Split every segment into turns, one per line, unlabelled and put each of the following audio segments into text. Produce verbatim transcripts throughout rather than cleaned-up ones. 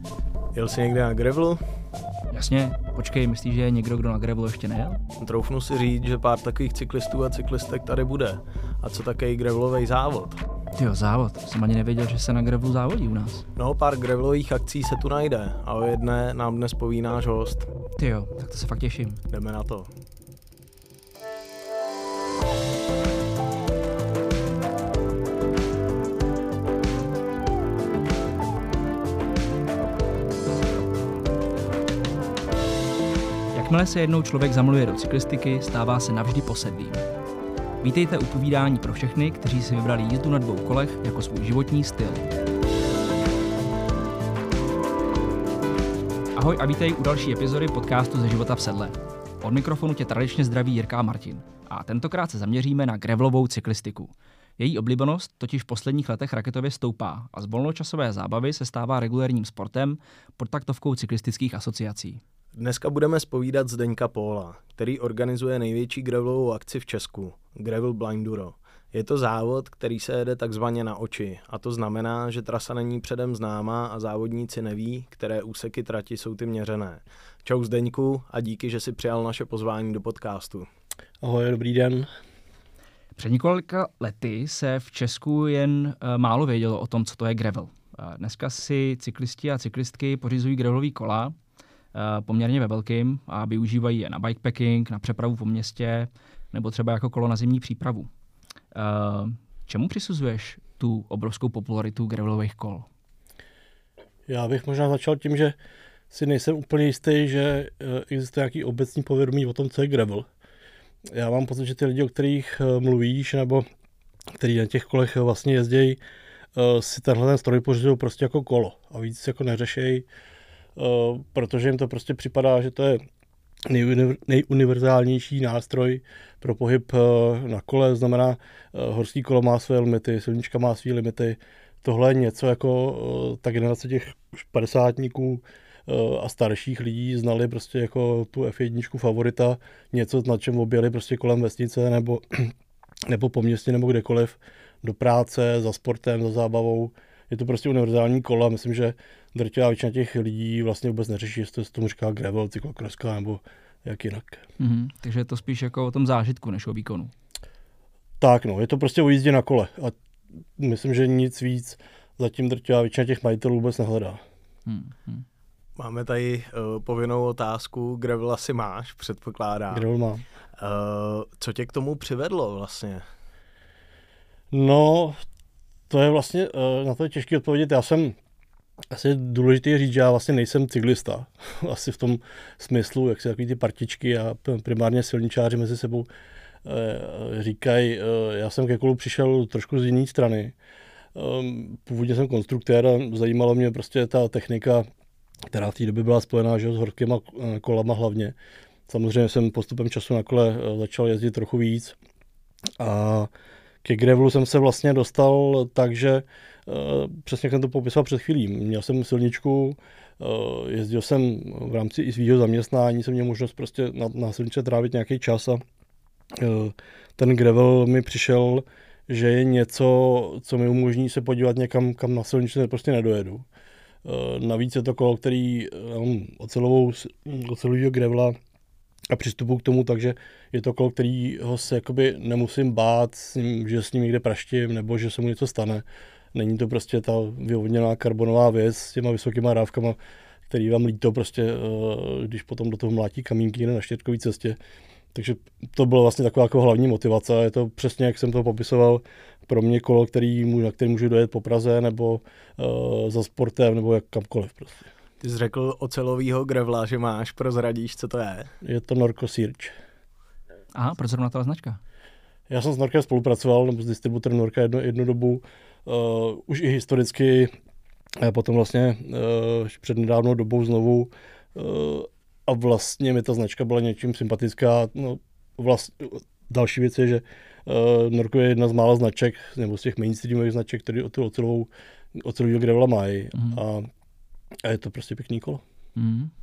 Jel jsi někde na gravelu?
Jasně, počkej, myslíš, že je někdo, kdo na gravelu ještě nejel?
Troufnu si říct, že pár takových cyklistů a cyklistek tady bude. A co také gravelový závod?
Tyjo, závod. Jsem ani nevěděl, že se na gravelu závodí u nás.
No, pár gravelových akcí se tu najde a o jedné nám dnes poví náš host.
Tyjo, tak to se fakt těším.
Jdeme na to.
Jakmile se jednou člověk zamiluje do cyklistiky, stává se navždy posedlým. Vítejte u povídání pro všechny, kteří si vybrali jízdu na dvou kolech jako svůj životní styl. Ahoj a vítej u další epizody podcastu Ze života v sedle. Od mikrofonu tě tradičně zdraví Jirka a Martin. A tentokrát se zaměříme na gravelovou cyklistiku. Její oblíbenost totiž v posledních letech raketově stoupá a z volnočasové zábavy se stává regulérním sportem pod taktovkou cyklistických asociací.
Dneska budeme zpovídat Zdeňka Póla, který organizuje největší gravelovou akci v Česku, Gravel Blinduro. Je to závod, který se jede takzvaně na oči, a to znamená, že trasa není předem známá a závodníci neví, které úseky trati jsou ty měřené. Čau Zdeňku a díky, že jsi přijal naše pozvání do podcastu.
Ahoj, dobrý den.
Před několika lety se v Česku jen uh, málo vědělo o tom, co to je gravel. Uh, dneska si cyklisti a cyklistky pořizují gravelový kola, poměrně ve velkým a využívají je na bikepacking, na přepravu po městě nebo třeba jako kolo na zimní přípravu. Čemu přisuzuješ tu obrovskou popularitu gravelových kol?
Já bych možná začal tím, že si nejsem úplně jistý, že existuje nějaký obecný povědomí o tom, co je gravel. Já mám pocit, že ty lidi, o kterých mluvíš, nebo kteří na těch kolech vlastně jezdějí, si tenhle ten stroj pořizují prostě jako kolo a víc jako neřešejí, Uh, protože jim to prostě připadá, že to je nejuniver, nejuniverzálnější nástroj pro pohyb uh, na kole, znamená uh, horský kolo má své limity, silnička má své limity, tohle je něco jako uh, ta generace těch padesátníků uh, a starších lidí znali prostě jako tu ef jedna favorita, něco na čem objeli prostě kolem vesnice nebo, nebo po městě nebo kdekoliv, do práce, za sportem, za zábavou. Je to prostě univerzální kolo a myslím, že drtivá většina těch lidí vlastně vůbec neřeší, jestli to tomu říká gravel, cyklokroska nebo jak jinak.
Mm-hmm, takže je to spíš jako o tom zážitku než o výkonu.
Tak no, je to prostě o jízdě na kole a myslím, že nic víc zatím drtivá většina těch majitelů vůbec nehledá.
Mm-hmm.
Máme tady uh, povinnou otázku, gravel asi máš, předpokládám.
Gravel mám.
Uh, co tě k tomu přivedlo vlastně?
No, to je vlastně, uh, na to je těžké odpovědět. Já jsem Asi je důležité říct, že já vlastně nejsem cyklista. Asi v tom smyslu, jak se takový ty partičky a primárně silničáři mezi sebou e, říkají. E, já jsem ke kolu přišel trošku z jiné strany. E, původně jsem konstruktér a zajímalo mě prostě ta technika, která v té době byla spojená že, s horskýma kolama hlavně. Samozřejmě jsem postupem času na kole začal jezdit trochu víc. A ke gravelu jsem se vlastně dostal tak, že uh, přesně jak jsem to popisoval před chvílí. Měl jsem silničku, uh, jezdil jsem v rámci i svého zaměstnání, jsem měl možnost prostě na, na silničce trávit nějaký čas a uh, ten gravel mi přišel, že je něco, co mi umožní se podívat někam, kam na silničce prostě nedojedu. Uh, navíc je to kolo, který um, ocelovou, ocelovýho gravela a přistupu k tomu, takže je to kolo, kterýho se jakoby nemusím bát, s ním, že s ním někde praštím nebo že se mu něco stane. Není to prostě ta vyvodněná karbonová věc s těma vysokýma rávkama, který vám líto prostě, když potom do toho mlátí kamínky na štěrkové cestě. Takže to byla vlastně taková jako hlavní motivace. Je to přesně, jak jsem to popisoval, pro mě kolo, který, na který můžu dojet po Praze nebo uh, za sportem nebo jak kamkoliv prostě.
Ty jsi řekl ocelovýho gravela, že máš, prozradíš, co to je?
Je to Norco Search.
Aha, proč zrovna ta značka?
Já jsem s Norkem spolupracoval, nebo s distributorem Norka jednu, jednu dobu, uh, už i historicky, a potom vlastně uh, před nedávnou dobou znovu. Uh, a vlastně mi ta značka byla něčím sympatická. No, vlastně, další věc je, že uh, Norco je jedna z mála značek, nebo z těch mainstreamových značek, které o tu ocelovou, ocelovýho gravela mají. Mm. A, a je to prostě pěkný kolo.
Mm.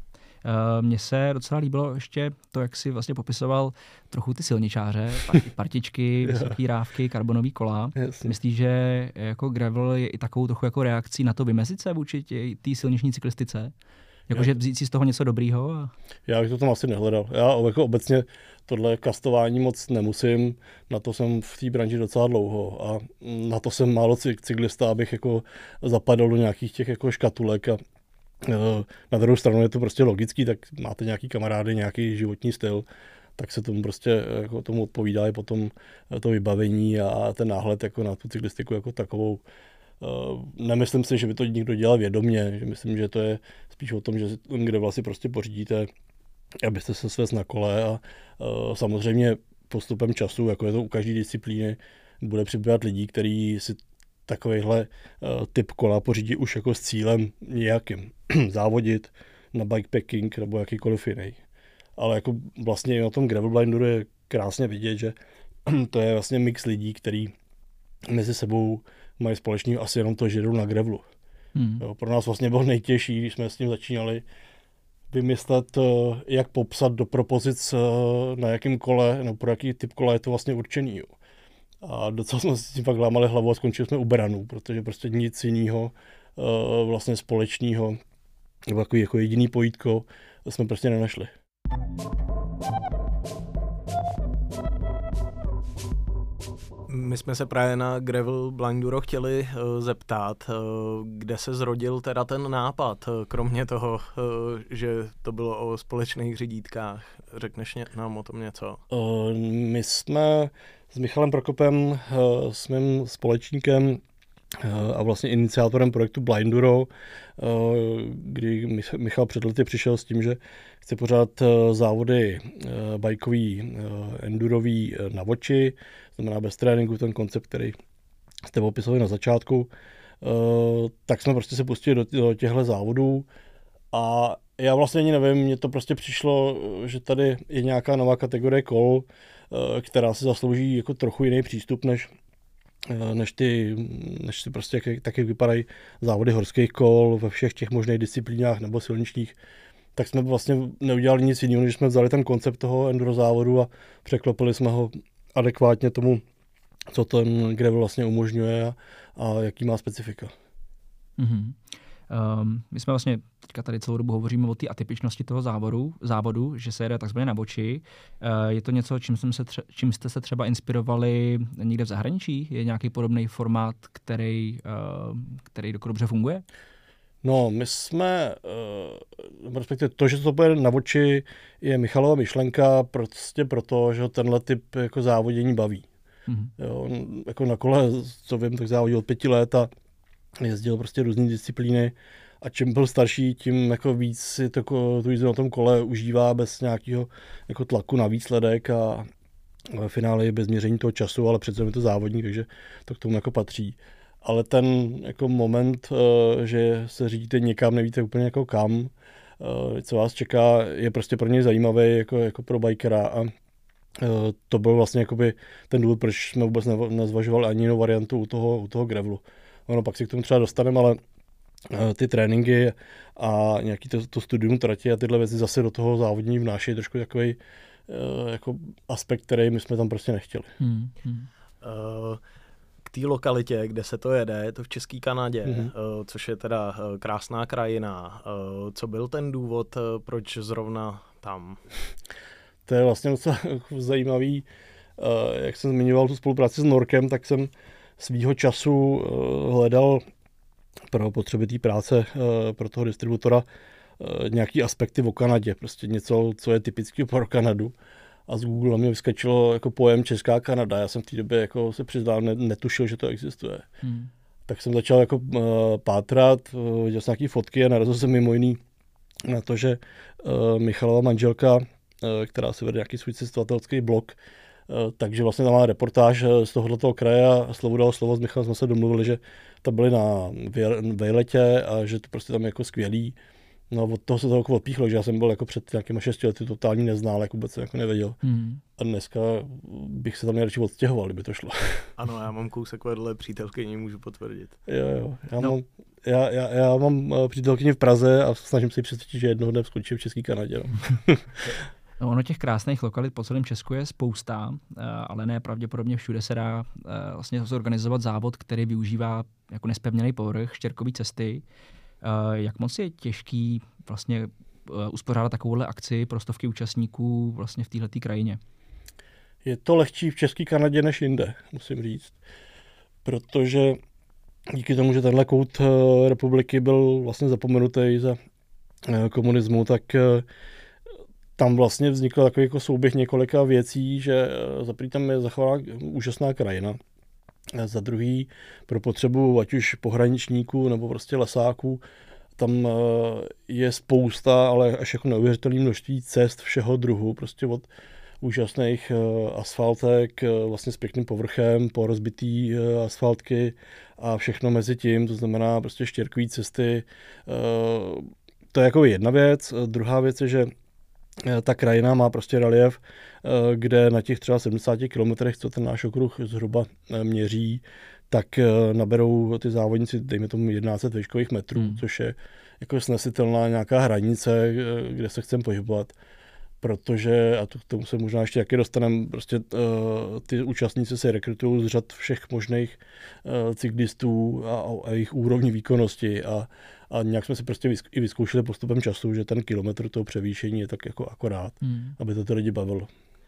Mně se docela líbilo ještě to, jak si vlastně popisoval trochu ty silničáře, parti, partičky, vysoké rávky, karbonové kola.
Jasně.
Myslíš, že jako gravel je i takovou trochu jako reakcí na to vymezit se vůči té silniční cyklistice? Jakože vzít si z toho něco dobrýho? A...
Já bych to tam asi nehledal. Já jako obecně tohle kastování moc nemusím, na to jsem v té branži docela dlouho a na to jsem málo cyklista, abych jako zapadl do nějakých těch jako škatulek a na druhou stranu je to prostě logický, tak máte nějaký kamarády, nějaký životní styl, tak se tomu prostě jako tomu odpovídá i potom to vybavení a ten náhled jako na tu cyklistiku jako takovou. Nemyslím si, že by to někdo dělal vědomě, že myslím, že to je spíš o tom, že kde vlastně prostě pořídíte, abyste se svést na kole a samozřejmě postupem času, jako je to u každé disciplíny, bude přibývat lidí, kteří si takovýhle typ kola pořídí už jako s cílem nějakým závodit na bikepacking nebo jakýkoliv jiný. Ale jako vlastně na tom gravel blindu je krásně vidět, že to je vlastně mix lidí, který mezi sebou mají společný asi jenom to, že jdou na gravelu. Hmm. Jo, pro nás vlastně bylo nejtěžší, když jsme s tím začínali, vymyslet, jak popsat do propozic, na jakém kole, nebo pro jaký typ kola je to vlastně určený. Jo. A docela jsme si tím pak lámali hlavu a skončili jsme u beranů, protože prostě nic jiného vlastně společného, nebo takový jako jediný pojítko jsme prostě nenašli.
My jsme se právě na Gravel Blinduro chtěli uh, zeptat, uh, kde se zrodil teda ten nápad, uh, kromě toho, uh, že to bylo o společných řídítkách. Řekneš ně, nám o tom něco?
Uh, my jsme s Michalem Prokopem, uh, s mým společníkem uh, a vlastně iniciátorem projektu Blinduro, uh, kdy Michal před lety přišel s tím, že chce pořádat uh, závody uh, bajkový, uh, endurový uh, na voči, znamená bez tréninku, ten koncept, který jste popisali na začátku, uh, tak jsme prostě se pustili do, do těchto závodů a já vlastně ani nevím, mně to prostě přišlo, že tady je nějaká nová kategorie kol, uh, která si zaslouží jako trochu jiný přístup, než, uh, než ty, než ty prostě, jak, tak jak vypadají závody horských kol ve všech těch možných disciplínách nebo silničních. Tak jsme vlastně neudělali nic jiného, než jsme vzali ten koncept toho enduro závodu a překlopili jsme ho adekvátně tomu, co ten gravel vlastně umožňuje a, a jaký má specifika.
Mm-hmm. Um, my jsme vlastně teďka tady celou dobu hovoříme o té atypičnosti toho závodu, závodu, že se jede takzvaně na boči. Uh, je to něco, čím, jsem se tře- čím jste se třeba inspirovali někde v zahraničí? Je nějaký podobný formát, který, uh, který dobře funguje?
No, my jsme, uh, respektive to, že to bude na voči, je Michalova myšlenka prostě proto, že ho tenhle typ jako závodění baví. Mm-hmm. Jo, jako na kole, co vím, tak závodil od pěti let a jezdil prostě různé disciplíny a čím byl starší, tím jako víc si to, tu jízdu na tom kole užívá bez nějakého jako tlaku na výsledek a ve finále je bez měření toho času, ale přece je to závodník, takže to k tomu jako patří. Ale ten jako moment, že se řídíte někam, nevíte úplně jako kam, co vás čeká, je prostě pro něj zajímavý jako, jako pro bikera a to byl vlastně jakoby ten důvod, proč jsme vůbec nezvažovali ani jinou variantu u toho, u toho gravelu. Ono pak si k tomu třeba dostaneme, ale ty tréninky a nějaký to, to studium trati a tyhle věci zase do toho závodní vnášejí trošku takový jako aspekt, který my jsme tam prostě nechtěli. Hmm, hmm.
Uh... K té lokalitě, kde se to jede, je to v České Kanadě, mm-hmm. což je teda krásná krajina. Co byl ten důvod, proč zrovna tam?
To je vlastně docela zajímavý. Jak jsem zmiňoval tu spolupráci s Norkem, tak jsem svýho času hledal pro potřeby té práce pro toho distributora nějaký aspekty o Kanadě. Prostě něco, co je typické pro Kanadu. A z Google mě vyskačilo jako pojem Česká Kanada. Já jsem v té době jako se přiznal, netušil, že to existuje. Hmm. Tak jsem začal jako uh, pátrat, uh, viděl jsem nějaké fotky a narazil jsem mimo jiný na to, že uh, Michalova manželka, uh, která se vede nějaký svůj cestovatelský blog, uh, takže vlastně tam má reportáž z tohoto kraje a slovo dalo slovo, s Michalem jsme se domluvili, že tam byli na vejletě a že to prostě tam je jako skvělý. No od toho se to jako odpíchlo, že já jsem byl jako před nějakými šesti lety totální neznál, jako vůbec jako nevěděl. Hmm. A dneska bych se tam nejradši odstěhoval, kdyby to šlo.
Ano, já mám kousek vedle přítelkyni, můžu potvrdit.
Jo, jo. Já, no. mám, já, já, já mám přítelkyni v Praze a snažím se ji přesvědčit, že jednoho dne skončím v České Kanadě. No.
No, ono těch krásných lokalit po celém Česku je spousta, ale ne pravděpodobně všude se dá vlastně zorganizovat závod, který využívá jako nespevněný povrch, štěrkový cesty. Jak moc je těžký vlastně uspořádat takovouhle akci pro stovky účastníků vlastně v této krajině?
Je to lehčí v České Kanadě než jinde, musím říct. Protože díky tomu, že tenhle kout republiky byl vlastně zapomenutý za komunismu, tak tam vlastně vznikl takový jako souběh několika věcí, že za první tam je zachovaná úžasná krajina. Za druhý pro potřebu ať už pohraničníků nebo prostě lesáků tam je spousta, ale až jako neuvěřitelné množství cest všeho druhu, prostě od úžasných asfaltek, vlastně s pěkným povrchem, po rozbitý asfaltky a všechno mezi tím, to znamená prostě štěrkové cesty. To je jako jedna věc. Druhá věc je, že ta krajina má prostě relief, kde na těch třeba sedmdesáti kilometrech, co ten náš okruh zhruba měří, tak naberou ty závodníci, dejme tomu tisíc sto výškových metrů, hmm. což je jako snesitelná nějaká hranice, kde se chceme pohybovat. Protože, a to, k tomu se možná ještě taky dostaneme, prostě uh, ty účastníci se rekrutují z řad všech možných uh, cyklistů a, a jejich úrovní výkonnosti a, a nějak jsme si prostě vyzk- i vyzkoušeli postupem času, že ten kilometr toho převýšení je tak jako akorát, hmm. aby to ty lidi bavilo.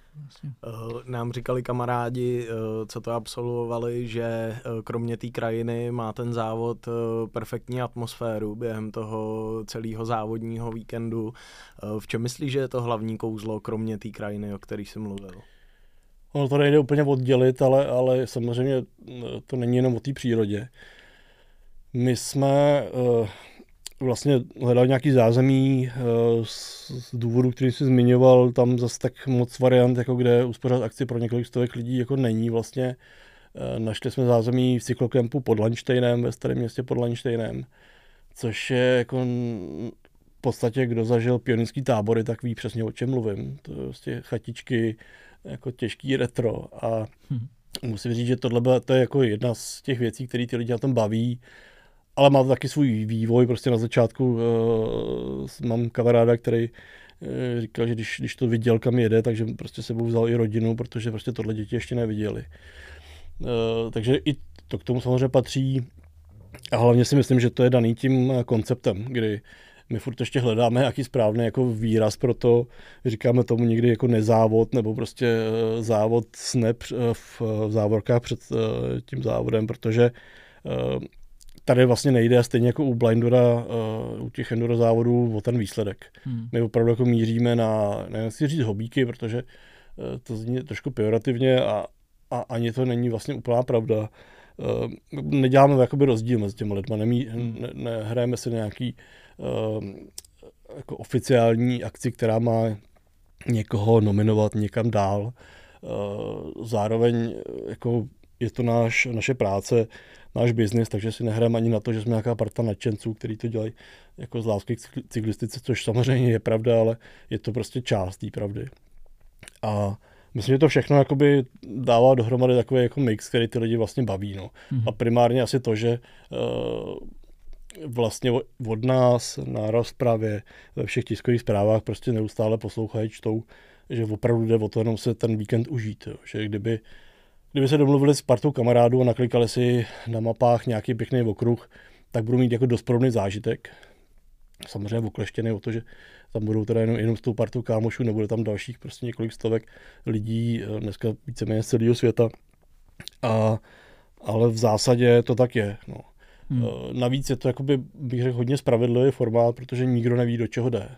Nám říkali kamarádi, co to absolvovali, že kromě té krajiny má ten závod perfektní atmosféru během toho celého závodního víkendu. V čem myslíš, že je to hlavní kouzlo, kromě té krajiny, o který jsi mluvil?
Ono to nejde úplně oddělit, ale, ale samozřejmě to není jenom o té přírodě. My jsme uh, vlastně hledali nějaký zázemí uh, z, z důvodu, který jsi zmiňoval, tam zase tak moc variant, jako kde uspořádat akci pro několik stovek lidí, jako není vlastně. Uh, našli jsme zázemí v cyklokempu pod Lanštejnem, ve starém městě pod Lanštejnem, což je jako v podstatě, kdo zažil pionýrský tábory, tak ví přesně, o čem mluvím. To je vlastně chatičky, jako těžký retro a hmm. musím říct, že tohle byla, to je jako jedna z těch věcí, které ty lidi na tom baví, ale má to taky svůj vývoj. Prostě na začátku uh, mám kamaráda, který uh, říkal, že když, když to viděl, kam jede, takže prostě sebou vzal i rodinu, protože prostě tohle děti ještě neviděli. Uh, takže i to k tomu samozřejmě patří a hlavně si myslím, že to je daný tím konceptem, kdy my furt ještě hledáme nějaký správný jako výraz pro to, říkáme tomu někdy jako nezávod nebo prostě závod snap v, v závorkách před tím závodem, protože tady vlastně nejde stejně jako u Blindura, u těch enduro závodů o ten výsledek. Hmm. My opravdu jako míříme na, nevím si říct hobíky, protože to zní trošku pejorativně a, a ani to není vlastně úplná pravda. Neděláme jakoby rozdíl mezi těmi lidmi, Nemí, ne, nehrajeme si nějaký uh, jako oficiální akci, která má někoho nominovat někam dál. Uh, zároveň jako je to náš, naše práce, náš biznis, takže si nehrajeme ani na to, že jsme nějaká parta nadšenců, který to dělají jako z lásky k cyklistice, což samozřejmě je pravda, ale je to prostě část té pravdy. A myslím, že to všechno jakoby dává dohromady takový jako mix, který ty lidi vlastně baví. No. Mm-hmm. A primárně asi to, že uh, vlastně od nás na rozpravě ve všech tiskových zprávách prostě neustále poslouchají, čtou, že opravdu jde o to jenom se ten víkend užít. Jo. Že kdyby, kdyby se domluvili s partou kamarádů a naklikali si na mapách nějaký pěkný okruh, tak budou mít jako dost podobný zážitek. Samozřejmě okleštěný o to, že tam budou teda jenom, jenom s tou partou kámošů, nebude tam dalších prostě několik stovek lidí, dneska víceméně z celého světa. A, ale v zásadě to tak je. No. Hmm. Navíc je to, jakoby, bych řekl, hodně spravedlivý formát, protože nikdo neví, do čeho jde.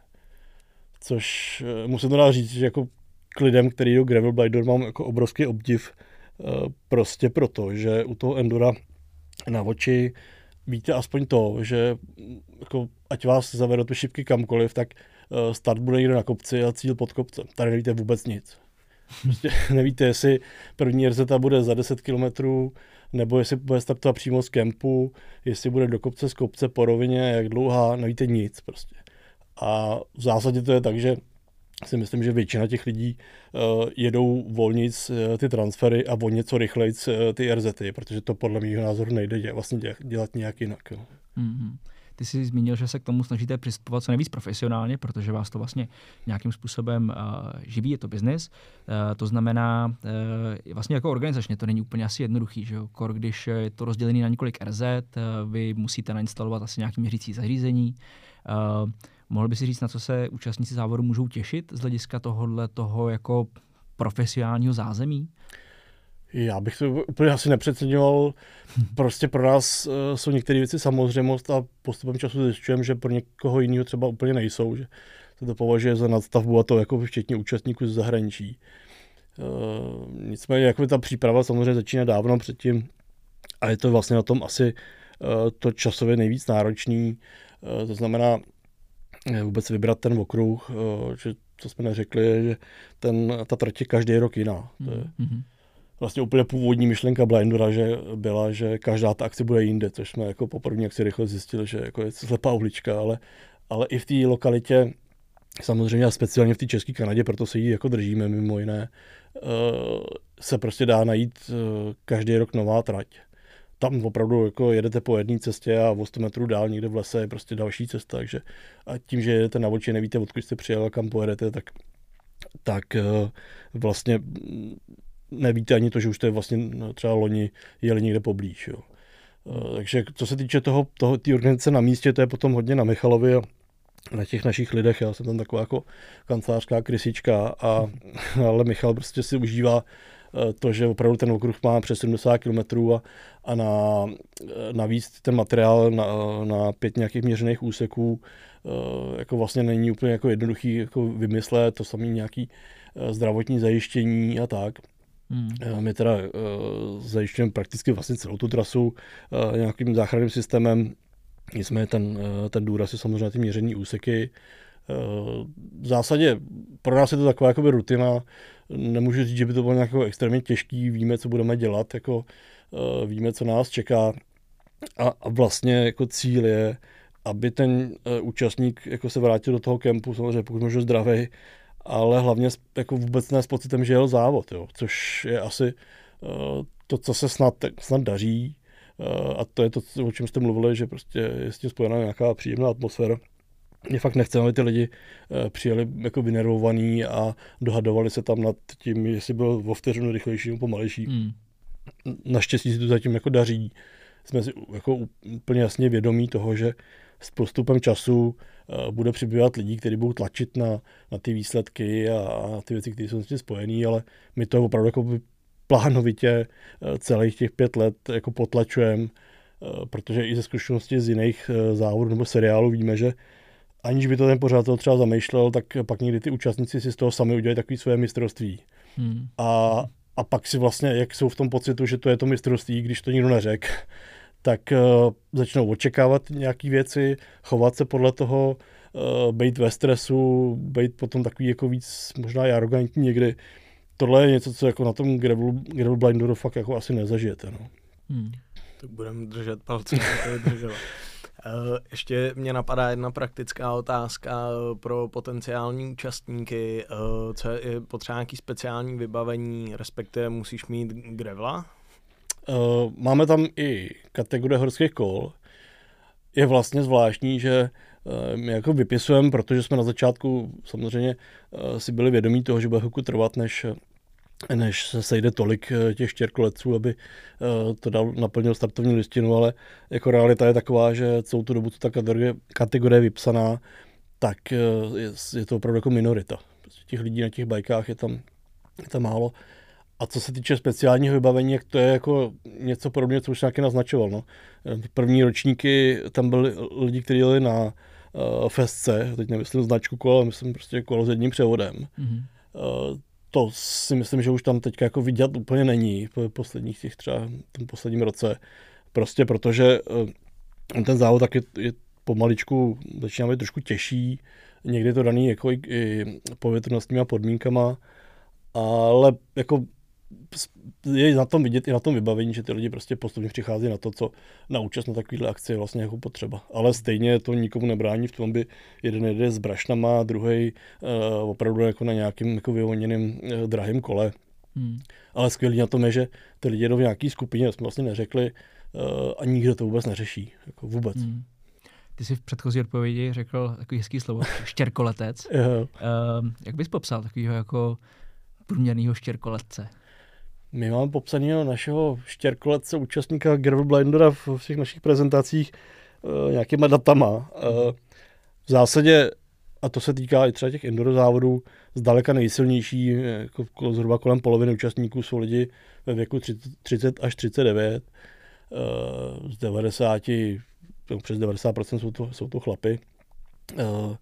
Což musím teda říct, že jako k lidem, který do Gravel Blindur mám jako obrovský obdiv, prostě proto, že u toho endura na oči víte aspoň to, že jako, ať vás zavede tu šipky kamkoliv, tak uh, start bude někde na kopci a cíl pod kopcem. Tady nevíte vůbec nic. Prostě nevíte, jestli první R Z bude za deset kilometrů, nebo jestli bude startovat přímo z kempu, jestli bude do kopce z kopce po rovině, jak dlouhá, nevíte nic prostě. A v zásadě to je tak, že si myslím, že většina těch lidí uh, jedou volnic uh, ty transfery a o něco rychlejc uh, ty R Z, protože to podle mého názoru nejde dělat, vlastně dělat, dělat nějak jinak. Jo.
Mm-hmm. Ty jsi zmínil, že se k tomu snažíte přistupovat co nejvíc profesionálně, protože vás to vlastně nějakým způsobem uh, živí, je to biznis. Uh, to znamená, uh, vlastně jako organizačně to není úplně asi jednoduchý, že jo? Kor, když je to rozdělené na několik R Z, uh, vy musíte nainstalovat asi nějaký měřící zařízení. Uh, mohl by si říct, na co se účastníci závodu můžou těšit z hlediska tohohle toho jako profesionálního zázemí?
Já bych to úplně asi nepřeceňoval. Prostě pro nás uh, jsou některé věci samozřejmost a postupem času zjišťujeme, že pro někoho jiného třeba úplně nejsou, že se to považuje za nadstavbu a to jako včetně účastníků z zahraničí. Uh, nicméně jako ta příprava samozřejmě začíná dávno předtím a je to vlastně na tom asi uh, to časově nejvíc náročný. Uh, to znamená vůbec vybrat ten okruh, uh, že co jsme neřekli, je, že ten, ta trať je každý rok jiná. To je,
mm-hmm.
Vlastně úplně původní myšlenka Blindura, že byla, že každá ta akce bude jinde, což jsme jako po první akci rychle zjistili, že jako je to slepá ulička, ale, ale i v té lokalitě, samozřejmě a speciálně v té České Kanadě, proto se jí jako držíme mimo jiné, se prostě dá najít každý rok nová trať. Tam opravdu jako jedete po jedné cestě a o sto metrů dál někde v lese je prostě další cesta, takže a tím, že jedete na oči, nevíte, odkud jste přijel a kam pojedete, tak, tak vlastně nevíte ani to, že už to je vlastně třeba loni jeli někde poblíž. Jo. Takže co se týče toho, toho té organizace na místě, to je potom hodně na Michalovi a na těch našich lidech. Já jsem tam taková jako kancelářská krysička, a, ale Michal prostě si užívá to, že opravdu ten okruh má přes sedmdesát kilometrů a, a na, navíc ten materiál na, na pět nějakých měřených úseků jako vlastně není úplně jako jednoduchý jako vymyslet, to samé nějaký zdravotní zajištění a tak. Hmm. My teda uh, zajišťujeme prakticky vlastně celou tu trasu uh, nějakým záchranným systémem. Nicméně ten, uh, ten důraz je samozřejmě ty měření úseky. Uh, v zásadě pro nás je to taková jakoby rutina. Nemůžu říct, že by to bylo nějak extrémně těžký. Víme, co budeme dělat, jako, uh, víme, co nás čeká. A, a vlastně jako cíl je, aby ten uh, účastník jako se vrátil do toho kempu, samozřejmě pokud možno zdravý, ale hlavně jako vůbec ne s pocitem, že jel závod, jo, což je asi uh, to, co se snad, snad daří, uh, a to je to, o čem jste mluvili, že prostě je s tím spojená nějaká příjemná atmosféra. Mě fakt nechceme, aby ty lidi uh, přijeli jako vynervovaný a dohadovali se tam nad tím, jestli byl o vteřinu rychlejší nebo pomalejší. Mm. Naštěstí si to zatím jako daří. Jsme si jako úplně jasně vědomí toho, že s postupem času uh, bude přibývat lidí, kteří budou tlačit na, na ty výsledky a, a ty věci, které jsou s tím spojené, ale my to opravdu jako plánovitě uh, celých těch pět let jako potlačujeme, uh, protože i ze zkušenosti z jiných uh, závodů nebo seriálů víme, že aniž by to ten pořadatel třeba zamýšlel, tak pak někdy ty účastníci si z toho sami udělají takové své mistrovství. Hmm. A, a pak si vlastně, jak jsou v tom pocitu, že to je to mistrovství, když to nikdo neřekl, tak uh, začnou očekávat nějaké věci, chovat se podle toho, uh, být ve stresu, být potom takový jako víc možná i arrogantní někdy. Tohle je něco, co jako na tom Gravel, Gravel Blinduru fakt jako asi nezažijete. No.
Hmm. Tak budeme držet palce, to vydrželo. Uh, ještě mě napadá jedna praktická otázka pro potenciální účastníky. Uh, co je, je potřeba nějaký speciální vybavení, respektive musíš mít gravela?
Uh, máme tam i kategorie horských kol. Je vlastně zvláštní, že uh, my jako vypisujeme, protože jsme na začátku samozřejmě uh, si byli vědomí toho, že bude chvilku trvat, než, než se sejde tolik uh, těch čtyřkoleců, aby uh, to dal, naplnil startovní listinu, ale jako realita je taková, že celou tu dobu, co ta kategorie, kategorie je vypsaná, tak uh, je, je to opravdu jako minorita. Prostě těch lidí na těch bajkách je tam, je tam málo. A co se týče speciálního vybavení, jak to je jako něco podobného, co už nějaký naznačoval. No. První ročníky, tam byli lidi, kteří jeli na uh, festce, teď nemyslím značku kola, ale myslím prostě kolo s jedním převodem. Mm-hmm. Uh, to si myslím, že už tam teďka jako vidět úplně není v posledních těch třeba tom posledním roce. Prostě protože uh, ten závod taky je pomaličku, začíná být trošku těžší, někdy je to daný jako i, i povětrnostníma podmínkama, ale jako je na tom vidět i na tom vybavení, že ty lidi prostě postupně přichází na to, co na účast na takovýhle akci je vlastně jako potřeba. Ale stejně to nikomu nebrání v tom, aby jeden jede s brašnama, druhý uh, opravdu jako na nějakým jako vyhoněným uh, drahým kole. Hmm. Ale skvělý na tom je, že ty lidi jedou v nějaký skupině, jsme vlastně neřekli, a nikdo to vůbec neřeší, jako vůbec. Hmm.
Ty jsi v předchozí odpovědi řekl takový hezký slovo, štěrkoletec. uh, jak bys popsal takového jako průměrného štěrkoletce?
My máme popsaného našeho štěrkoletce, účastníka Gravel Blindera v všech našich prezentacích uh, nějakýma datama. Uh, v zásadě, a to se týká i třeba těch enduro závodů, zdaleka nejsilnější, jako zhruba kolem poloviny účastníků jsou lidi ve věku třicet až třicet devět. Uh, z devadesát, přes devadesát procent jsou to, jsou to chlapy. Uh,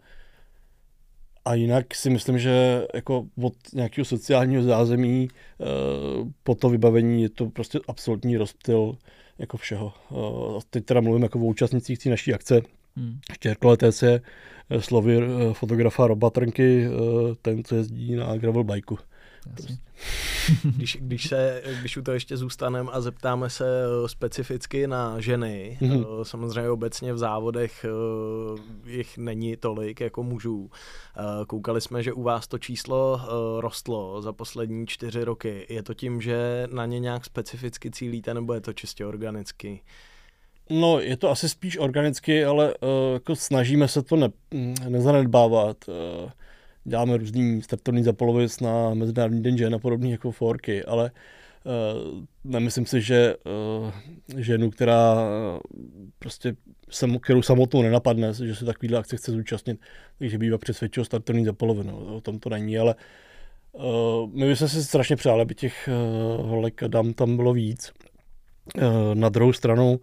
a jinak si myslím, že jako od nějakého sociálního zázemí uh, po to vybavení je to prostě absolutní rozptyl jako všeho. Uh, teď teda mluvím jako o účastnicích té naší akce. Hmm. Štěrkoletec je slovy fotografa Roba Trnky, ten, co jezdí na gravel bajku. Prostě.
Když, když, se, když u toho ještě zůstaneme a zeptáme se specificky na ženy, mm-hmm. samozřejmě obecně v závodech jich není tolik jako mužů. Koukali jsme, že u vás to číslo rostlo za poslední čtyři roky. Je to tím, že na ně nějak specificky cílíte, nebo je to čistě organicky?
No, je to asi spíš organicky, ale uh, jako snažíme se to ne, nezanedbávat. Uh, děláme různý startovní zapolovic na Mezinárodní den žen a podobné jako forky, ale uh, nemyslím si, že uh, ženu, která uh, prostě sam, kterou samotnou nenapadne, že se takovýhle akce chce zúčastnit, takže bývá přesvědčil startovní zapolovinu. O tom to není, ale uh, my bychom si strašně přáli, aby těch uh, holek a dam tam bylo víc. Na druhou stranu,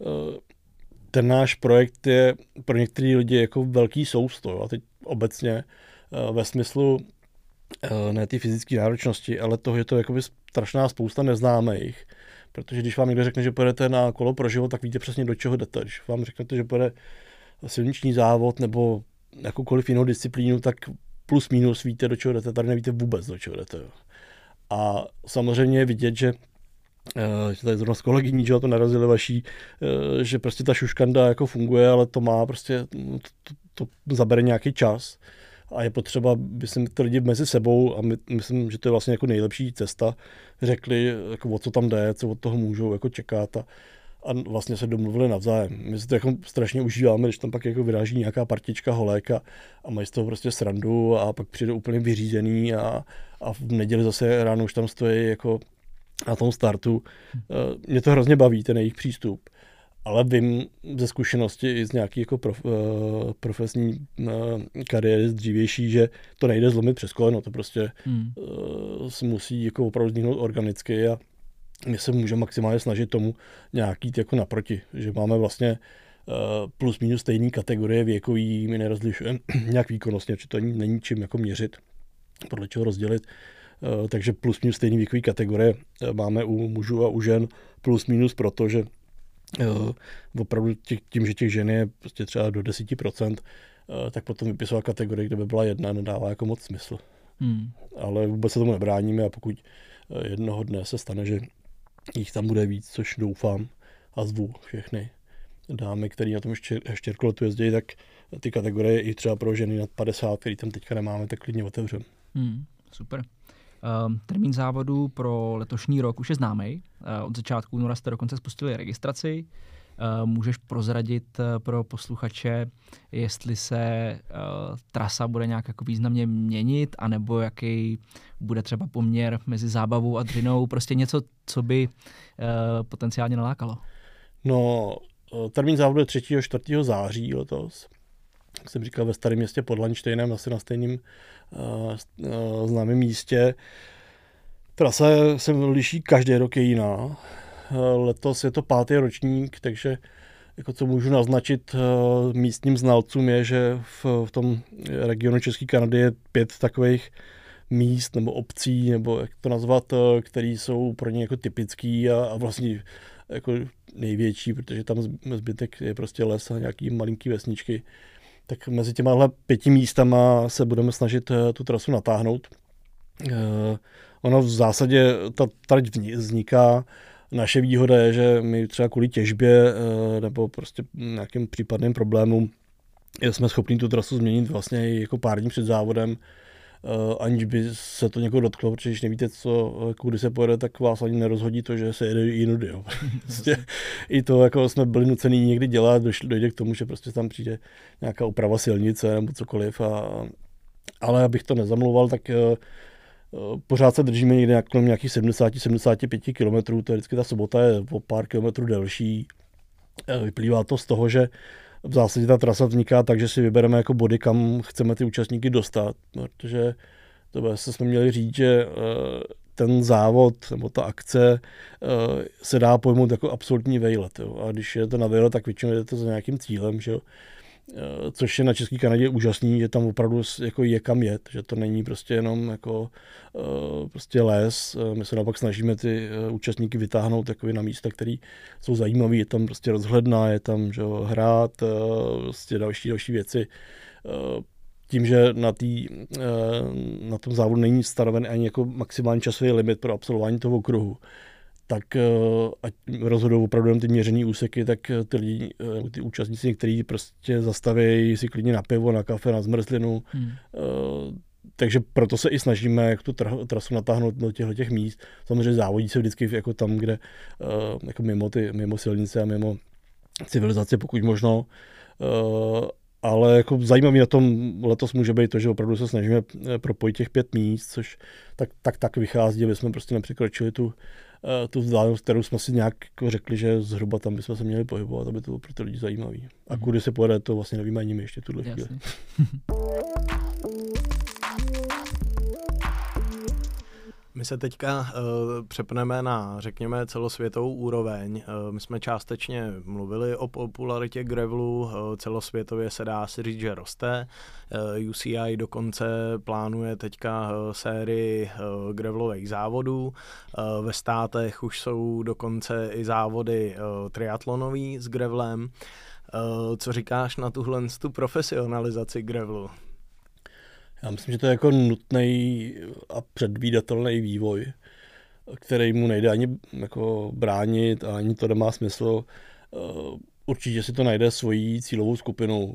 ten náš projekt je pro některé lidi jako velký sousto. A teď obecně ve smyslu ne ty fyzické náročnosti, ale toho je to jakoby strašná spousta neznámých. Protože když vám někdo řekne, že pojedete na kolo pro život, tak víte přesně, do čeho jdete. Když vám řeknete, že pojede silniční závod nebo jakoukoliv jinou disciplínu, tak plus minus víte, do čeho jdete. Tady nevíte vůbec, do čeho jdete. A samozřejmě je vidět, že Uh, tady zrovna s kolegyní, že to narazili vaší, uh, že prostě ta šuškanda jako funguje, ale to má prostě, to, to, to zabere nějaký čas a je potřeba, by si ty lidi mezi sebou, a my, myslím, že to je vlastně jako nejlepší cesta, řekli, jako o co tam jde, co od toho můžou jako čekat a, a vlastně se domluvili navzájem. My si to jako strašně užíváme, když tam pak jako vyráží nějaká partička holek a, a mají z toho prostě srandu a pak přijde úplně vyřízený a, a v neděli zase ráno už tam stojí jako na tom startu. Mě to hrozně baví, ten jejich přístup, ale vím ze zkušenosti i z nějaké jako prof, profesní kariéry z dřívější, že to nejde zlomit přes koleno, to prostě hmm. si musí jako opravdu vzniknout organicky a my se můžeme maximálně snažit tomu nějaký jako naproti, že máme vlastně plus minus stejný kategorie věkový, my nerozlišujeme nějak výkonnostně, protože to není čím jako měřit, podle čeho rozdělit. Uh, takže plus minus stejný věkový kategorie uh, máme u mužů a u žen plus minus, protože uh, opravdu těch, tím, že těch žen je prostě třeba do deset procent, uh, tak potom vypisovat kategorie, kde by byla jedna, nedává jako moc smysl. Hmm. Ale vůbec se tomu nebráníme a pokud uh, jednoho dne se stane, že jich tam bude víc, což doufám a zvu všechny dámy, který na tom štěr, štěrkoletu jezdí, tak ty kategorie i třeba pro ženy nad padesát, který tam teďka nemáme, tak klidně otevřeme.
Hmm. Super. Uh, termín závodu pro letošní rok už je známý. Uh, od začátku února jste dokonce spustili registraci. Uh, můžeš prozradit uh, pro posluchače, jestli se uh, trasa bude nějak jako významně měnit, anebo jaký bude třeba poměr mezi zábavou a dřinou, prostě něco, co by uh, potenciálně nalákalo.
No, termín závodu je třetího a čtvrtého září letos. Jak jsem říkal, ve Starém Městě pod Lanštejnem, asi na stejném uh, uh, známém místě. Trasa se liší každý rok je jiná. Uh, letos je to pátý ročník, takže jako co můžu naznačit uh, místním znalcům je, že v, v tom regionu České Kanady je pět takových míst nebo obcí, nebo jak to nazvat, uh, které jsou pro ně jako typický a, a vlastně jako největší, protože tam zbytek je prostě les a nějaký malinký vesničky. Tak mezi těmahle pěti místama se budeme snažit tu trasu natáhnout. Ono v zásadě ta trať vzniká. Naše výhoda je, že my třeba kvůli těžbě nebo prostě nějakým případným problémům jsme schopni tu trasu změnit vlastně jako pár dní před závodem aniž by se to někoho dotklo, protože když nevíte, co, kudy se pojede, tak vás ani nerozhodí to, že se jede jinudy. Jo. Prostě i to jako jsme byli nucený někdy dělat, dojde k tomu, že prostě tam přijde nějaká oprava silnice nebo cokoliv. A, ale abych to nezamlouval, tak pořád se držíme někde na kolem nějakých sedmdesát až sedmdesát pět kilometrů, to je vždycky ta sobota je o pár kilometrů delší. Vyplývá to z toho, že v zásadě ta trasa vzniká tak, že si vybereme jako body, kam chceme ty účastníky dostat, protože to se jsme měli říct, že ten závod nebo ta akce se dá pojmout jako absolutní vejlet. Jo. A když je to na vejlet, tak většinou je to za nějakým cílem, že jo. Což je na České Kanadě úžasný, že tam opravdu jako je kam jet, že to není prostě jenom jako prostě les. My se naopak snažíme ty účastníky vytáhnout takový na místa, které jsou zajímavé, je tam prostě rozhledna, je tam že jo, hrát, prostě další, další věci. Tím, že na, tý, na tom závodu není stanoven ani jako maximální časový limit pro absolvování toho okruhu, tak ať rozhodou opravdu ty měřený úseky, tak ty lidi, ty účastníci někteří prostě zastaví si klidně na pivo, na kafe, na zmrzlinu. Hmm. Takže proto se i snažíme jak tu trasu natáhnout do těchto těch míst. Samozřejmě závodí se vždycky jako tam, kde jako mimo, ty, mimo silnice a mimo civilizace, pokud možno. Ale jako zajímavý na tom letos může být to, že opravdu se snažíme propojit těch pět míst, což tak, tak, tak vychází, aby jsme prostě nepřekročili tu tu vzdálenost, kterou jsme si nějak jako řekli, že zhruba tam bychom se měli pohybovat, aby to bylo pro ty lidi zajímavý. A mm. kudy se pojede, to vlastně nevíme ani my ještě tuhle chvíli.
My se teďka uh, přepneme na, řekněme, celosvětovou úroveň. Uh, my jsme částečně mluvili o popularitě gravelu, uh, celosvětově se dá si říct, že roste. Uh, U C I dokonce plánuje teďka uh, sérii uh, gravelových závodů. Uh, ve státech už jsou dokonce i závody uh, triatlonový s gravelem. Uh, co říkáš na tuhle tu profesionalizaci gravelu?
Já myslím, že to je jako nutný a předvídatelný vývoj, který mu nejde ani jako bránit a ani to nemá smysl. Určitě si to najde svoji cílovou skupinu.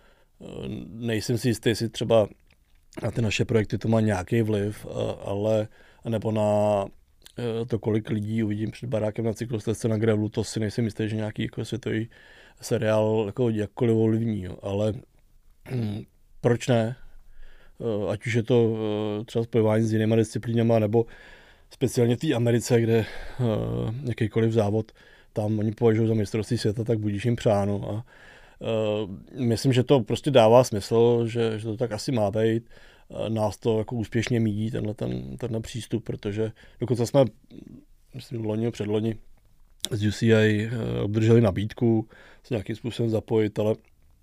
Nejsem si jistý, jestli třeba na ty naše projekty to má nějaký vliv, ale nebo na to, kolik lidí uvidím před barákem na cyklostezce na gravelu, to si nejsem jistý, že nějaký jako světový seriál jako jakkoliv ovlivní, ale hm, proč ne? Ať už je to třeba spojování s jinýma disciplínama, nebo speciálně v té Americe, kde uh, jakýkoliv závod tam oni považují za mistrovství světa, tak budíš jim přáno. A uh, myslím, že to prostě dává smysl, že, že to tak asi má být. Uh, nás to jako úspěšně míjí, tenhle, ten, tenhle přístup, protože dokonce jsme, myslím, loni, předloni z U C I uh, obdrželi nabídku se nějakým způsobem zapojit, ale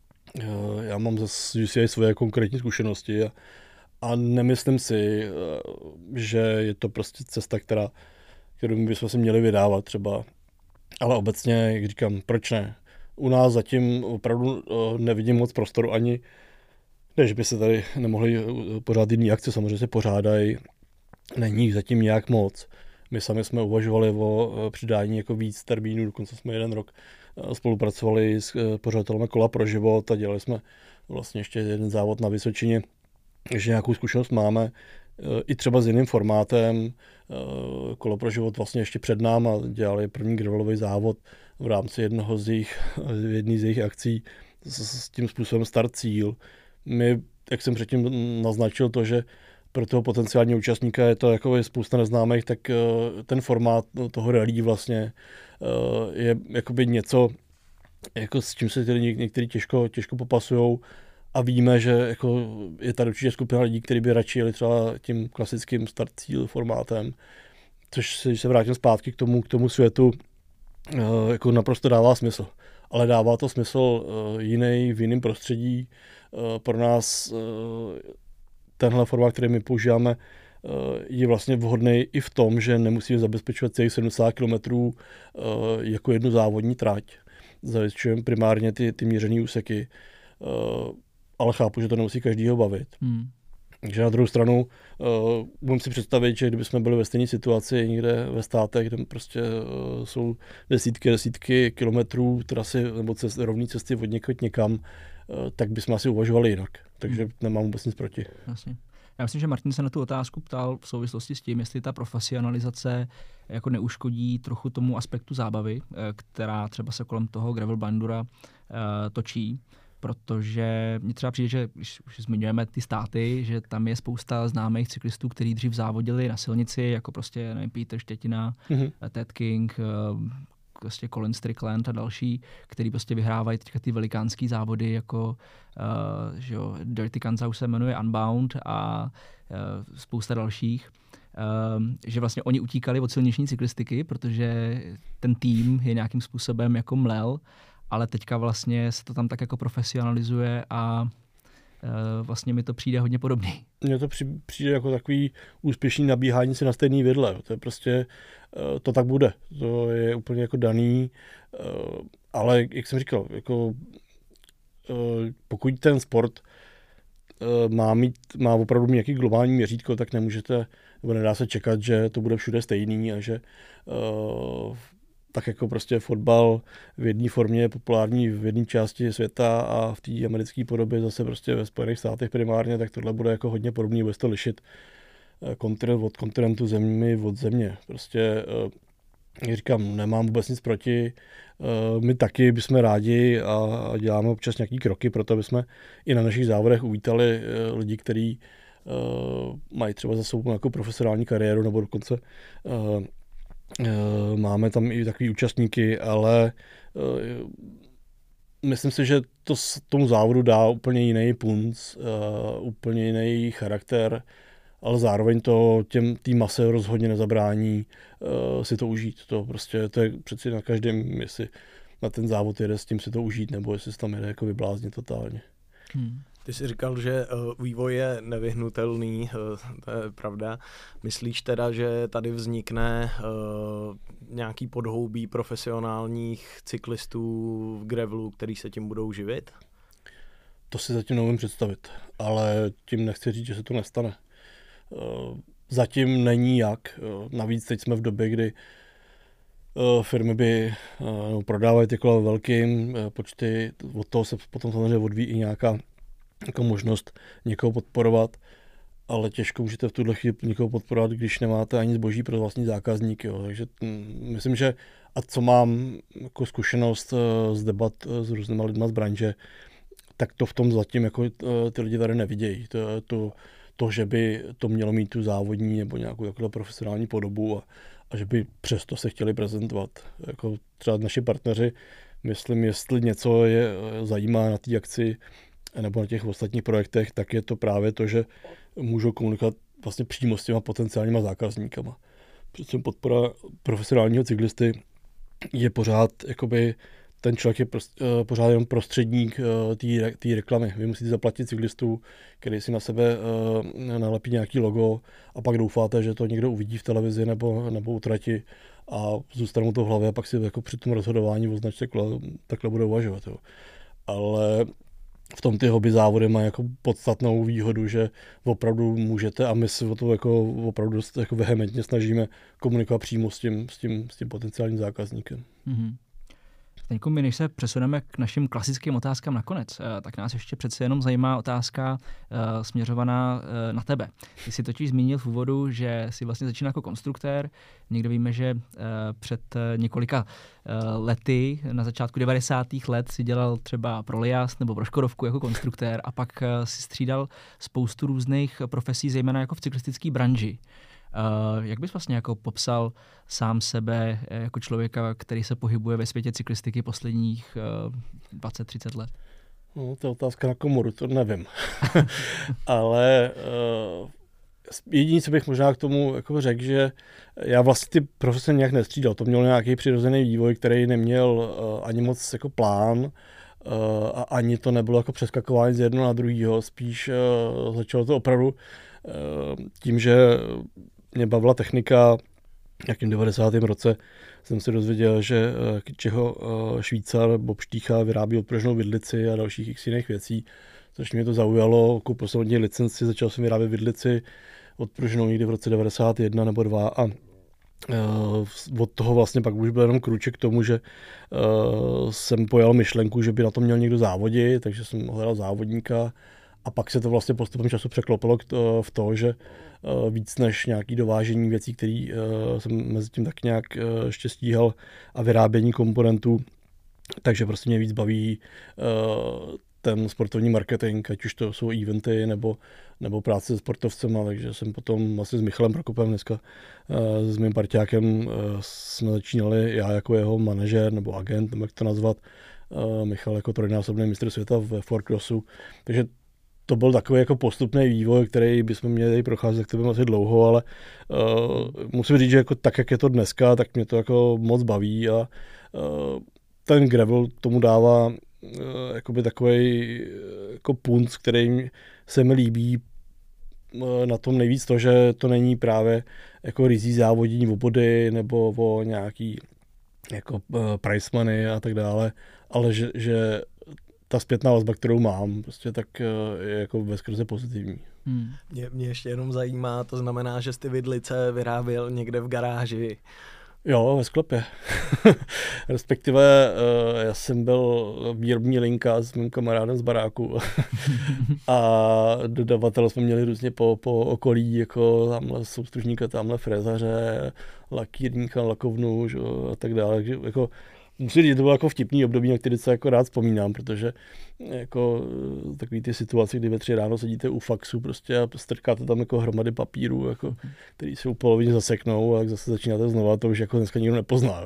já mám zase U C I svoje konkrétní zkušenosti a, a nemyslím si, že je to prostě cesta, která, kterou bychom si měli vydávat třeba. Ale obecně, jak říkám, proč ne? U nás zatím opravdu nevidím moc prostoru ani, ne, že by se tady nemohli pořádat jiný akce, samozřejmě se pořádají, není jich zatím nějak moc. My sami jsme uvažovali o přidání jako víc termínů, dokonce jsme jeden rok spolupracovali s pořadatelem Kola pro život a dělali jsme vlastně ještě jeden závod na Vysočině, že nějakou zkušenost máme i třeba s jiným formátem. Kolo pro život vlastně ještě před náma dělali první gravelový závod v rámci jednoho z jejich, jedné z jejich akcí s, s tím způsobem start cíl. My, jak jsem předtím naznačil to, že pro toho potenciálního účastníka je to jako spousta neznámých, tak ten formát toho rally vlastně je jakoby něco, jako s čím se tedy někteří těžko, těžko popasujou a víme, že jako je tady určitě skupina lidí, kteří by radši jeli třeba tím klasickým start cíl formátem, což se, když se vrátím zpátky k tomu, k tomu světu, jako naprosto dává smysl. Ale dává to smysl jiný v jiném prostředí. Pro nás tenhle formát, který my používáme, je vlastně vhodný i v tom, že nemusíme zabezpečovat celých sedmdesát kilometrů jako jednu závodní trať. Zajišťujeme primárně ty, ty měřené úseky, ale chápu, že to nemusí každýho bavit. Hmm. Takže na druhou stranu uh, můžu si představit, že kdybychom byli ve stejné situaci někde ve státech, kde prostě uh, jsou desítky, desítky kilometrů trasy nebo cest, rovné cesty od někud někam, uh, tak bychom asi uvažovali jinak. Takže hmm. nemám vůbec nic proti.
Jasně. Já myslím, že Martin se na tu otázku ptal v souvislosti s tím, jestli ta profesionalizace jako neuškodí trochu tomu aspektu zábavy, která třeba se kolem toho gravel blindura uh, točí, protože mně třeba přijde, že když už zmiňujeme ty státy, že tam je spousta známých cyklistů, kteří dřív závodili na silnici, jako prostě nevím, Peter Štětina, mm-hmm. Ted King, uh, prostě Colin Strickland a další, který prostě vyhrávají teďka ty velikánský závody, jako uh, že jo, Dirty Kansas se jmenuje Unbound a uh, spousta dalších. Uh, že vlastně oni utíkali od silniční cyklistiky, protože ten tým je nějakým způsobem jako mlel, ale teďka vlastně se to tam tak jako profesionalizuje a uh, vlastně mi to přijde hodně podobný.
Mně to přijde jako takový úspěšný nabíhání si na stejný vidle. To je prostě, uh, to tak bude. To je úplně jako daný, uh, ale jak jsem říkal, jako uh, pokud ten sport uh, má mít, má opravdu nějaký globální měřítko, tak nemůžete, nebo nedá se čekat, že to bude všude stejný a že uh, tak jako prostě fotbal v jedné formě je populární v jedné části světa a v té americké podobě zase prostě ve Spojených státech primárně, tak tohle bude jako hodně podobný, bude to lišit kontinent od kontinentu, zemi od země. Prostě, jak říkám, nemám vůbec nic proti. My taky bychom rádi a děláme občas nějaký kroky pro to, aby jsme i na našich závodech uvítali lidi, kteří mají třeba za sebou nějakou profesionální kariéru nebo dokonce máme tam i takový účastníky, ale uh, myslím si, že to tomu závodu dá úplně jiný punc, uh, úplně jiný charakter, ale zároveň to těm tý mase rozhodně nezabrání uh, si to užít. To prostě to je přeci na každém, jestli na ten závod jede s tím si to užít, nebo jestli se tam jede jako vybláznit totálně.
Hmm. Ty jsi říkal, že uh, vývoj je nevyhnutelný, uh, to je pravda. Myslíš teda, že tady vznikne uh, nějaký podhoubí profesionálních cyklistů v gravelu, který se tím budou živit?
To si zatím neumím představit, ale tím nechci říct, že se to nestane. Uh, zatím není jak. Uh, navíc teď jsme v době, kdy uh, firmy by uh, prodávají ty kola velkým uh, počty, od toho se potom samozřejmě odvíjí i nějaká jako možnost někoho podporovat, ale těžko můžete v tuhle chvíli někoho podporovat, když nemáte ani zboží pro vlastní zákazníky. Jo. Takže m, myslím, že a co mám jako zkušenost uh, z debat uh, s různýma lidma z branže, tak to v tom zatím jako uh, ty lidi tady nevidějí. To, to, to, že by to mělo mít tu závodní nebo nějakou takovou profesionální podobu a, a že by přesto se chtěli prezentovat. Jako třeba naši partneři, myslím, jestli něco je zajímá na té akci nebo na těch ostatních projektech, tak je to právě to, že můžou komunikovat vlastně přímo s těma potenciálníma zákazníkama. Protože podpora profesionálního cyklisty je pořád, jakoby, ten člověk je prost, uh, pořád jenom prostředník uh, té reklamy. Vy musíte zaplatit cyklistu, který si na sebe uh, nalepí nějaký logo a pak doufáte, že to někdo uvidí v televizi nebo, nebo u trati a zůstane mu to v hlavě a pak si jako při tom rozhodování o značce takhle bude uvažovat. Jo. Ale v tom ty hobby závody mají jako podstatnou výhodu, že opravdu můžete a my se o to jako opravdu dost jako vehementně snažíme komunikovat přímo s tím, s tím, s tím potenciálním zákazníkem.
Mm-hmm. Teďko my, než se přesuneme k našim klasickým otázkám nakonec, tak nás ještě přece jenom zajímá otázka uh, směřovaná uh, na tebe. Ty jsi totiž zmínil v úvodu, že jsi vlastně začínal jako konstruktér. Někdo víme, že uh, před uh, několika uh, lety, na začátku devadesátých let, si dělal třeba pro Lias nebo pro Škodovku jako konstruktér a pak uh, si střídal spoustu různých profesí, zejména jako v cyklistické branži. Uh, jak bys vlastně jako popsal sám sebe jako člověka, který se pohybuje ve světě cyklistiky posledních uh, dvacet třicet let?
No, to je otázka na komoru, to nevím. Ale uh, jediné, co bych možná k tomu jako řekl, že já vlastně ty profese nějak nestřídal. To mělo nějaký přirozený vývoj, který neměl uh, ani moc jako plán uh, a ani to nebylo jako přeskakování z jednoho na druhýho. Spíš uh, začalo to opravdu uh, tím, že mě bavila technika, jakým devadesátém roce jsem se dozvěděl, že čeho Švýcar Bob Štýcha vyrábí odpružnou vidlici a dalších x jiných věcí, což mě to zaujalo. Koupil jsem od něj licenci, začal jsem vyrábět vidlici odpružnou někdy v roce devadesát jedna nebo dva a od toho vlastně pak už byl jenom krůček k tomu, že jsem pojal myšlenku, že by na to měl někdo závodit, takže jsem hledal závodníka A pak se to vlastně postupem času překlopilo v to, že víc než nějaký dovážení věcí, které jsem mezi tím tak nějak ještě stíhal a vyrábění komponentů, takže prostě mě víc baví ten sportovní marketing, ať už to jsou eventy nebo, nebo práce se sportovcema, takže jsem potom vlastně s Michalem Prokopem dneska s mým parťákem jsme začínali, já jako jeho manažer nebo agent, nebo jak to nazvat, Michal jako trojnásobný mistr světa ve fourcrossu, takže to byl takový jako postupný vývoj, který bychom měli procházet, tak to asi dlouho, ale uh, musím říct, že jako tak, jak je to dneska, tak mě to jako moc baví a uh, ten gravel tomu dává uh, jakoby takový jako punc, který se mi líbí uh, na tom nejvíc to, že to není právě jako rizí závodění o body nebo o nějaký jako uh, prize money a tak dále, ale že, že ta zpětná vazba, kterou mám, prostě tak je jako veskrze pozitivní.
Hmm. Mě, mě ještě jenom zajímá, to znamená, že jsi ty vidlice vyráběl někde v garáži.
Jo, ve sklepě. Respektive já jsem byl výrobní linka s mým kamarádem z baráku a dodavatel jsme měli různě po, po okolí, jako tamhle soustružníka, tamhle frézaře, lakírníka, lakovnu, že, a tak dále. Takže jako musím říct, že to bylo jako vtipný období, na který se jako rád vzpomínám, protože jako takový ty situace, kdy ve tři ráno sedíte u faxu prostě a strkáte tam jako hromady papíru, jako, který se u polovině zaseknou a jak zase začínáte znova, to už jako dneska nikdo nepozná.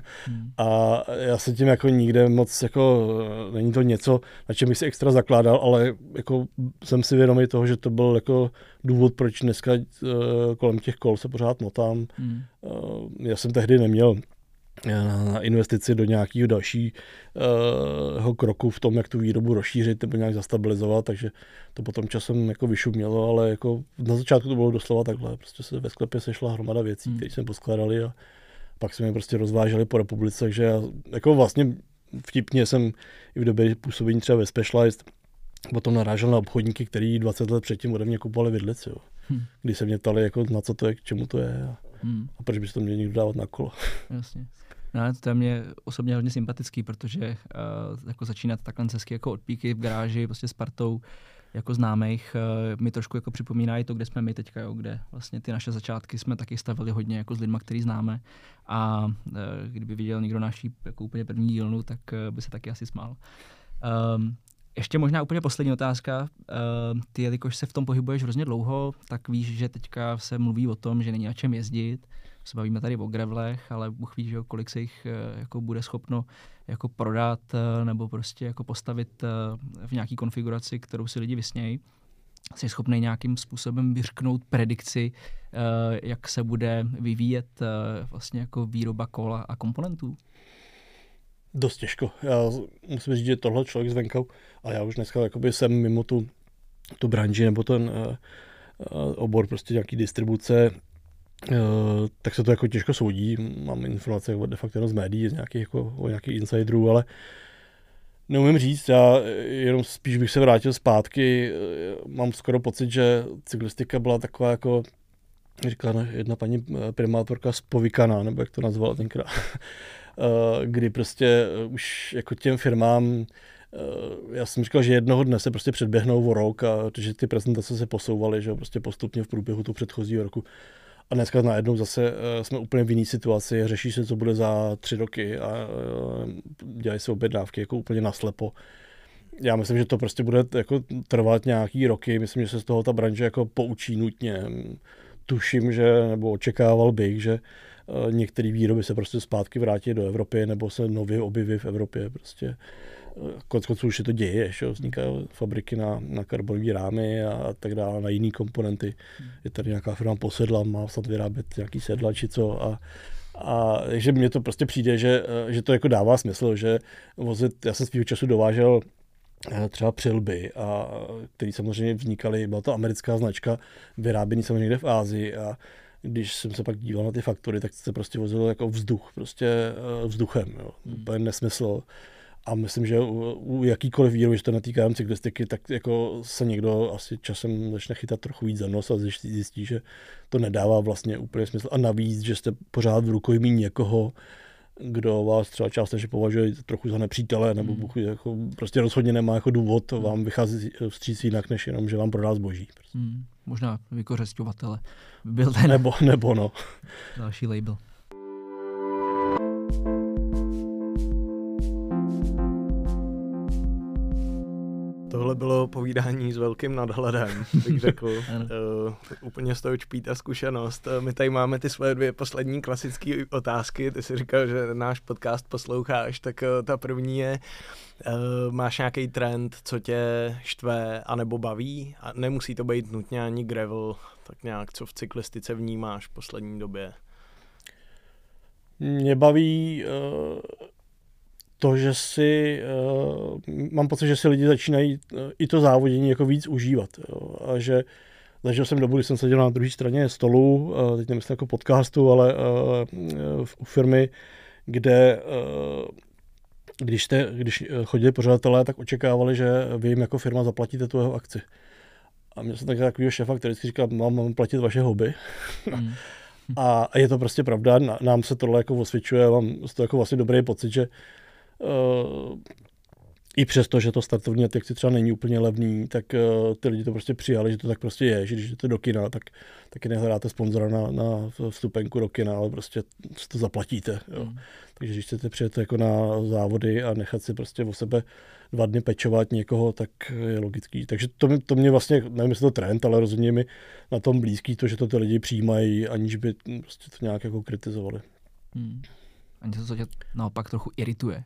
A já se tím jako nikde moc, jako není to něco, na čem bych si extra zakládal, ale jako jsem si vědomý toho, že to byl jako důvod, proč dneska kolem těch kol se pořád motám. Hmm. Já jsem tehdy neměl na investici do nějakého dalšího uh, kroku v tom, jak tu výrobu rozšířit nebo nějak zastabilizovat, takže to potom časem jako vyšumělo, ale jako na začátku to bylo doslova takhle, prostě se ve sklepě sešla hromada věcí, hmm. které jsme poskládali a pak jsme je prostě rozváželi po republice, takže já, jako vlastně vtipně jsem i v době působení třeba ve Specialized potom narážel na obchodníky, který dvacet let předtím ode mě kupovali vidlici, jo. Hmm. Když se mě ptali, jako, na co to je, k čemu to je a, hmm. a proč by se to měl někdo dávat na kolo.
Jasně. No, to je mě osobně hodně sympatický, protože uh, jako začínat takhle cesky jako od píky v garáži prostě s partou jako známých uh, mi trošku jako připomíná i to, kde jsme my teďka, jo, kde vlastně ty naše začátky jsme taky stavili hodně jako s lidma, který známe a uh, kdyby viděl někdo naší jako úplně první dílnu, tak uh, by se taky asi smál. Um, Ještě možná úplně poslední otázka. Uh, ty, jelikož se v tom pohybuješ hrozně dlouho, tak víš, že teďka se mluví o tom, že není na čem jezdit. Se bavíme tady o gravelech, ale Bůh ví, že kolik se jich uh, jako bude schopno jako prodat uh, nebo prostě jako postavit uh, v nějaký konfiguraci, kterou si lidi vysnějí. Jsi schopný nějakým způsobem vyřknout predikci, uh, jak se bude vyvíjet uh, vlastně jako výroba kola a komponentů?
Dost těžko. Já musím říct, že tohle člověk zvenku a já už dneska jakoby jsem mimo tu, tu branži nebo ten uh, uh, obor prostě nějaký distribuce, uh, tak se to jako těžko soudí. Mám informace de facto jenom z médií, z nějakých, jako, o nějakých insiderů, ale neumím říct, já jenom spíš bych se vrátil zpátky. Mám skoro pocit, že cyklistika byla taková jako, říkala jedna paní primátorka, spovykaná, nebo jak to nazvala tenkrát. Kdy prostě už jako těm firmám, já jsem říkal, že jednoho dne se prostě předběhnou o rok a že ty prezentace se posouvaly, že prostě postupně v průběhu toho předchozího roku. A dneska najednou zase jsme úplně v jiné situaci, řeší se, co bude za tři roky a dělají se objednávky jako úplně naslepo. Já myslím, že to prostě bude jako trvat nějaký roky, myslím, že se z toho ta branže jako poučí nutně. Tuším, že, nebo očekával bych, že některé výroby se prostě zpátky vrátí do Evropy nebo se nově objeví v Evropě. Prostě konec konců už se to děje, že? Vznikají fabriky na, na karbonové rámy a tak dále, na jiné komponenty. Je tady nějaká firma Posedla, má snad vyrábět nějaký sedla či co. A, a takže mně to prostě přijde, že, že to jako dává smysl, že vozit, já jsem svýho času dovážel třeba přilby, a které samozřejmě vznikaly, byla to americká značka, vyráběný samozřejmě někde v Ázii a když jsem se pak díval na ty faktory, tak se prostě vozilo jako vzduch, prostě vzduchem, jo. To je nesmysl. A myslím, že u, u jakýkoliv výroby, že to netýká jen cyklistiky, tak jako se někdo asi časem začne chytat trochu víc za nos a zjistí, zjistí, že to nedává vlastně úplně smysl. A navíc, že jste pořád v rukojmí někoho, kdo vás třeba částečně považuje trochu za nepřítele, nebo pokud jako prostě rozhodně nemá jako důvod vám vycházet vstříc jinak, než jenom, že vám prodá zboží.
Hmm, možná vykořisťovatele. Byl ten
nebo, nebo no.
další label.
Tohle bylo povídání s velkým nadhledem, bych řekl. uh, úplně z toho čpít a zkušenost. Uh, my tady máme ty svoje dvě poslední klasické otázky. Ty jsi říkal, že náš podcast posloucháš, tak uh, ta první je, uh, máš nějaký trend, co tě štve anebo baví? A nemusí to být nutně ani gravel, tak nějak, co v cyklistice vnímáš v poslední době?
Mě baví uh... to, že si, uh, mám pocit, že si lidi začínají uh, i to závodění jako víc užívat. Jo. A že zažil jsem dobu, kdy jsem seděl na druhé straně stolu, uh, teď nemyslím jako podcastu, ale uh, u firmy, kde uh, když, jste, když chodili pořadatelé, tak očekávali, že vy jim jako firma zaplatíte tu jeho akci. A měl jsem tak takovýho šéfa, který vždycky říkal, mám, mám platit vaše hobby. Mm. A je to prostě pravda, nám se tohle jako osvědčuje, mám z toho jako vlastně dobrý pocit, že Uh, i přesto, že to startovní atrakci třeba není úplně levný, tak uh, ty lidi to prostě přijali, že to tak prostě je, že když jdete do kina, tak taky nehledáte sponzora na, na vstupenku do kina, ale prostě to zaplatíte. Jo. Mm. Takže když chcete přijet jako na závody a nechat si prostě o sebe dva dny pečovat někoho, tak je logický. Takže to, to mě vlastně, nevím, jestli to trend, ale rozhodně mi na tom blízký to, že to ty lidi přijímají, aniž by prostě to nějak jako kritizovali.
Mm. Ani to, co tě naopak trochu irituje.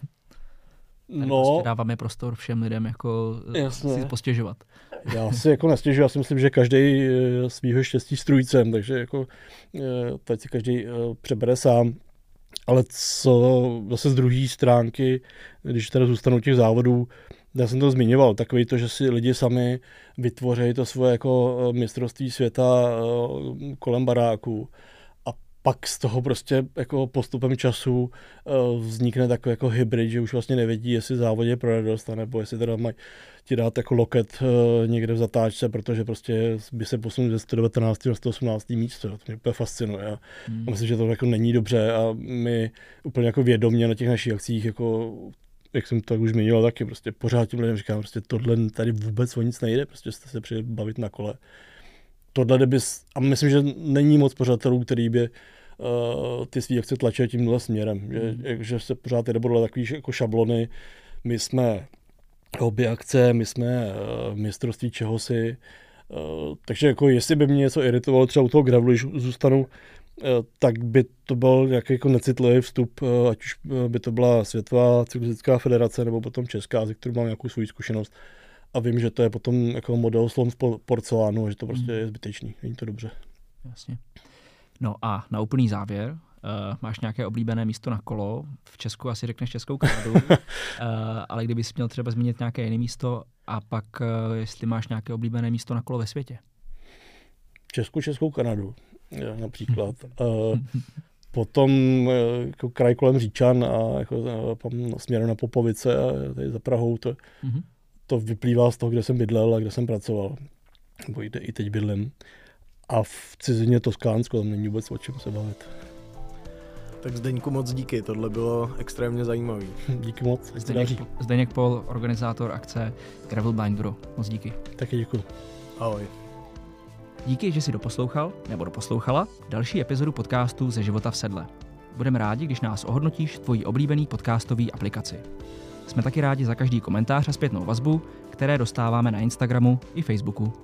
Tady
no,
prostě dáváme prostor všem lidem jako jasně. Si postěžovat.
Já si jako nestěžuji, já si myslím, že každý svýho štěstí strůjcem, takže jako teď si každý přebere sám. Ale co zase z druhé stránky, když teda zůstanu těch závodů, já jsem to zmiňoval, takový to, že si lidi sami vytvoří to svoje jako mistrovství světa kolem baráku. Pak z toho prostě jako postupem času uh, vznikne takový jako hybrid, že už vlastně nevědí, jestli závod je pro radost, nebo jestli teda mají ti dát jako loket uh, někde v zatáčce, protože prostě by se posunul ze sto devatenáct na sto osmnáct místo. To mě úplně fascinuje. Hmm. A myslím, že to jako není dobře a my úplně jako vědomě na těch našich akcích, jako, jak jsem to už zmiňoval taky, prostě pořád tím lidem říkám, prostě tohle tady vůbec o nic nejde, prostě jste se přijeli bavit na kole. Tohle kdyby, a myslím, že není moc pořadatelů, který by uh, ty svý akce tlačili tímhle směrem, mm. že, že se pořád jde podle takový jako šablony, my jsme obě akce, my jsme uh, mistrovství čehosi, uh, takže jako jestli by mě něco iritovalo třeba u toho gravelu, když zůstanu, uh, tak by to byl nějaký jako necitlivý vstup, uh, ať už by to byla Světová cyklistická federace nebo potom Česká, ze kterou mám nějakou svou zkušenost. A vím, že to je potom jako model slon v porcelánu, že to prostě je zbytečný, není to dobře.
Jasně. No a na úplný závěr, uh, máš nějaké oblíbené místo na kolo? V Česku asi řekneš Českou Kanadu, uh, ale kdybys měl třeba zmínit nějaké jiné místo a pak uh, jestli máš nějaké oblíbené místo na kolo ve světě?
Česku, Českou Kanadu například. uh, potom uh, jako kraj kolem Říčan a jako, uh, směrem na Popovice a tady za Prahou to mm-hmm. To vyplývá z toho, kde jsem bydlel a kde jsem pracoval. Nebo i teď bydlím. A v cizině Toskánsko, tam není vůbec o čem se bavit.
Tak Zdeňku moc díky, tohle bylo extrémně zajímavý.
Díky moc.
Zdeněk, Zdeněk Pol, organizátor akce Gravel Blind Enduro. Moc díky.
Taky děkuji.
Ahoj.
Díky, že jsi doposlouchal nebo doposlouchala další epizodu podcastu Ze života v sedle. Budeme rádi, když nás ohodnotíš v tvojí oblíbený podcastový aplikaci. Jsme taky rádi za každý komentář a zpětnou vazbu, které dostáváme na Instagramu i Facebooku.